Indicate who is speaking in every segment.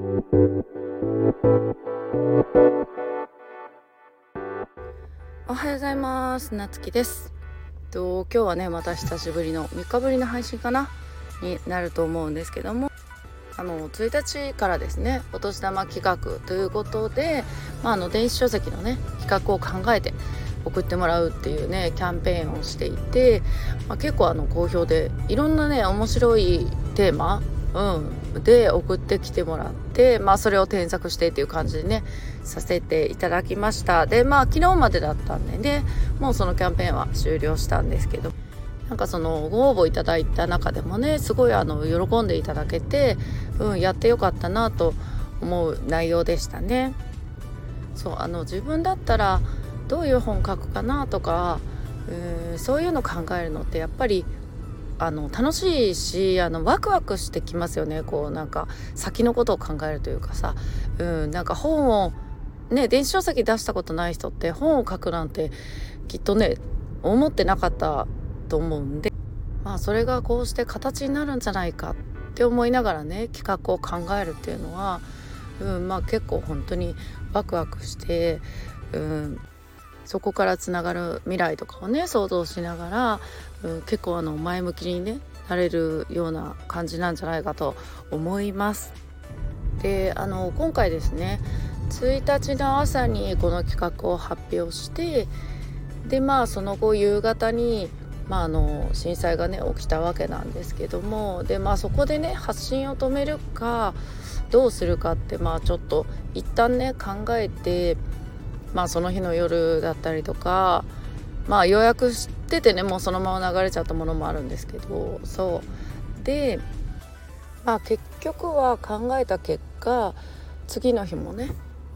Speaker 1: おはようございます。なつきです。今日はねまた久しぶりの3日ぶりの配信かなになると思うんですけども、1日からですねお年玉企画ということで、電子書籍のね企画を考えて送ってもらうっていうねキャンペーンをしていて、結構好評でいろんなね面白いテーマ、で送ってきてもらって、それを添削してっていう感じでねさせていただきました。で昨日までだったんでねもうそのキャンペーンは終了したんですけど、そのご応募いただいた中でもねすごい喜んでいただけて、やってよかったなと思う内容でしたね。そう自分だったらどういう本書くかなとか、そういうの考えるのってやっぱり楽しいしワクワクしてきますよね。先のことを考えるというかさ、本をね電子書籍出したことない人って本を書くなんてきっとね思ってなかったと思うんで、それがこうして形になるんじゃないかって思いながらね企画を考えるっていうのは、結構本当にワクワクして、そこからつながる未来とかをね想像しながら、結構前向きにねなれるような感じなんじゃないかと思います。で今回ですね1日の朝にこの企画を発表して、でその後夕方に震災がね起きたわけなんですけども、でそこでね発信を止めるかどうするかってちょっと一旦ね考えて、その日の夜だったりとか予約しててねもうそのまま流れちゃったものもあるんですけど、そうで結局は考えた結果次の日もね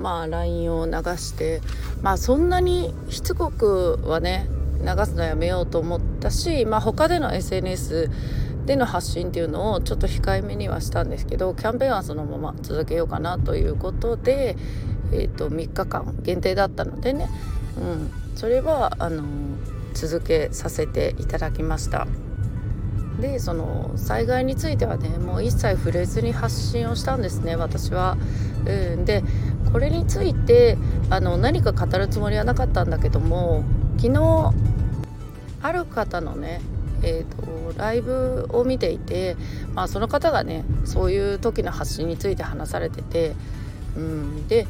Speaker 1: LINE を流して、そんなにしつこくはね流すのやめようと思ったし、他での SNS での発信っていうのをちょっと控えめにはしたんですけど、キャンペーンはそのまま続けようかなということで、3日間限定だったのでね、それは続けさせていただきました。でその災害についてはねもう一切触れずに発信をしたんですね私は。でこれについて何か語るつもりはなかったんだけども、昨日ある方のねライブを見ていて、その方がねそういう時の発信について話されてて、で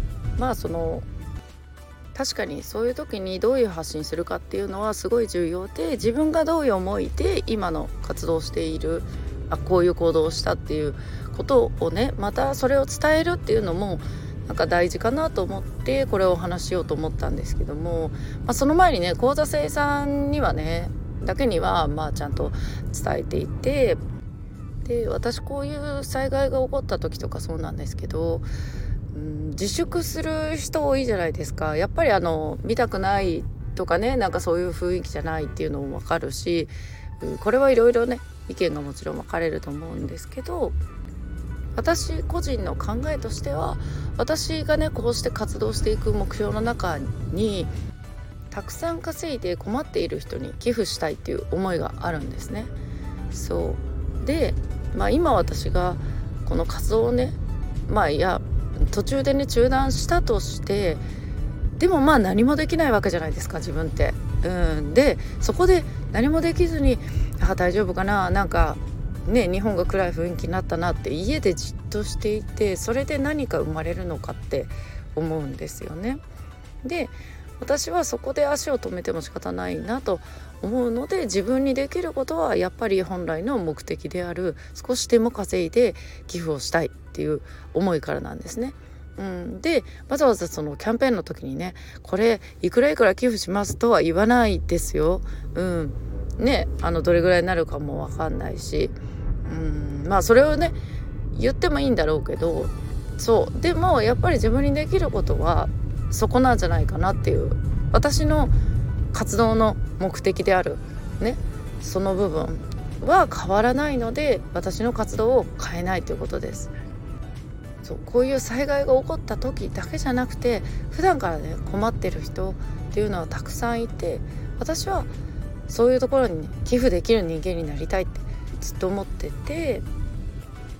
Speaker 1: 確かにそういう時にどういう発信するかっていうのはすごい重要で、自分がどういう思いで今の活動をしているこういう行動をしたっていうことをねまたそれを伝えるっていうのも大事かなと思ってこれをお話ししようと思ったんですけども、その前にね講座生さんにはねだけにはちゃんと伝えていて、で私こういう災害が起こった時とかそうなんですけど、自粛する人多いじゃないですか。やっぱり見たくないとかねそういう雰囲気じゃないっていうのも分かるし、これはいろいろね意見がもちろん分かれると思うんですけど、私個人の考えとしては私がねこうして活動していく目標の中にたくさん稼いで困っている人に寄付したいっていう思いがあるんですね。そうで、今私がこの活動をね途中でね中断したとして、でも何もできないわけじゃないですか自分って。でそこで何もできずに大丈夫かな日本が暗い雰囲気になったなって家でじっとしていて、それで何か生まれるのかって思うんですよね。で私はそこで足を止めても仕方ないなと思うので、自分にできることはやっぱり本来の目的である少しでも稼いで寄付をしたいっていう思いからなんですね。でわざわざそのキャンペーンの時にねこれいくらいくら寄付しますとは言わないですよ。どれぐらいになるかも分かんないし、それをね言ってもいいんだろうけど、でもやっぱり自分にできることはそこなんじゃないかなっていう、私の活動の目的であるねその部分は変わらないので、私の活動を変えないということです。こういう災害が起こった時だけじゃなくて普段からね困ってる人っていうのはたくさんいて、私はそういうところに、寄付できる人間になりたいってずっと思ってて、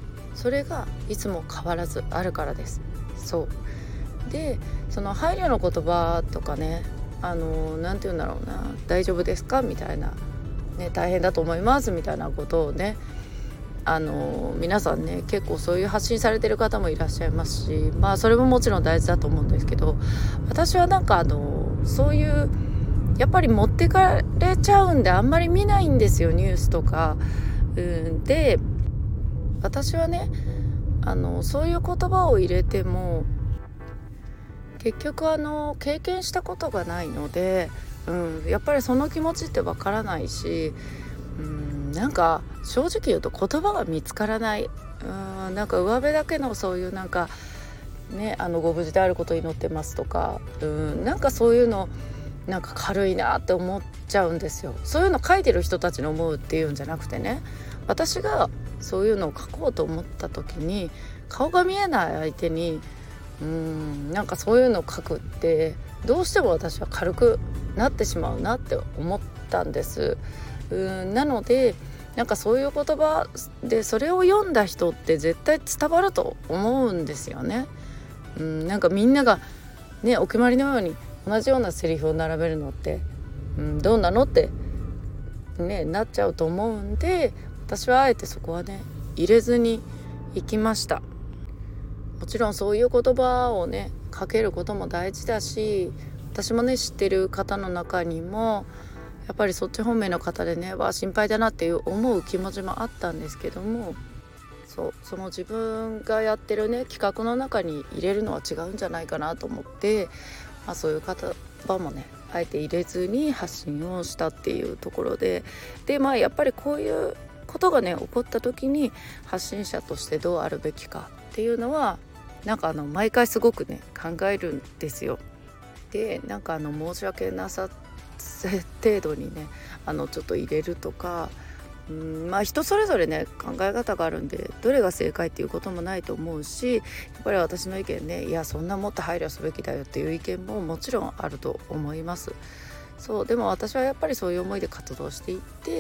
Speaker 1: それがいつも変わらずあるからです。そうで、その配慮の言葉とかね、なんて言うんだろうな、大丈夫ですかみたいな、ね、大変だと思いますみたいなことをね、皆さんね結構そういう発信されてる方もいらっしゃいますし、まあそれももちろん大事だと思うんですけど、私はなんかそういうやっぱり持ってかれちゃうんであんまり見ないんですよ、ニュースとか。で私はねそういう言葉を入れても結局経験したことがないので、やっぱりその気持ちってわからないし、なんか正直言うと言葉が見つからない。なんか上辺だけのそういうなんかね、ご無事であることを祈ってますとか、なんかそういうのなんか軽いなって思っちゃうんですよ。そういうの書いてる人たちの思うっていうんじゃなくてね、私がそういうのを書こうと思った時に顔が見えない相手になんかそういうのを書くってどうしても私は軽くなってしまうなって思ったんです。なのでなんかそういう言葉でそれを読んだ人って絶対伝わると思うんですよね。なんかみんながねお決まりのように同じようなセリフを並べるのって、どうなのってねなっちゃうと思うんで、私はあえてそこはね入れずに行きました。もちろんそういう言葉をねかけることも大事だし、私もね知ってる方の中にもやっぱりそっち方面の方でね心配だなっていう思う気持ちもあったんですけども、その自分がやってるね企画の中に入れるのは違うんじゃないかなと思って、そういう言葉もねあえて入れずに発信をしたっていうところで、やっぱりこういうことがね起こった時に発信者としてどうあるべきかっていうのはなんか毎回すごくね考えるんですよ。でなんか申し訳なさ程度にねちょっと入れるとか、人それぞれね考え方があるんでどれが正解っていうこともないと思うし、やっぱり私の意見ね、いやそんなもっと配慮すべきだよっていう意見ももちろんあると思います。でも私はやっぱりそういう思いで活動していって、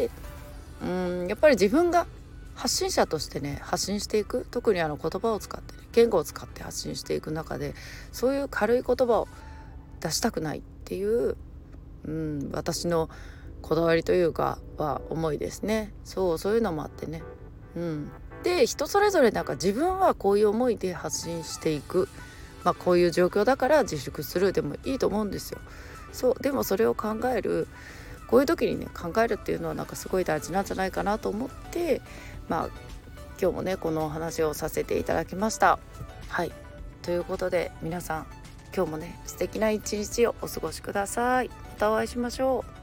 Speaker 1: やっぱり自分が発信者としてね発信していく、特に言葉を使って、ね、言語を使って発信していく中でそういう軽い言葉を出したくないっていう、私のこだわりというかは思いですね。そういうのもあってね、で人それぞれなんか自分はこういう思いで発信していく、こういう状況だから自粛するでもいいと思うんですよ。でもそれを考える、こういう時にね考えるっていうのはなんかすごい大事なんじゃないかなと思って、今日もねこのお話をさせていただきました。ということで皆さん今日もね素敵な一日をお過ごしください。またお会いしましょう。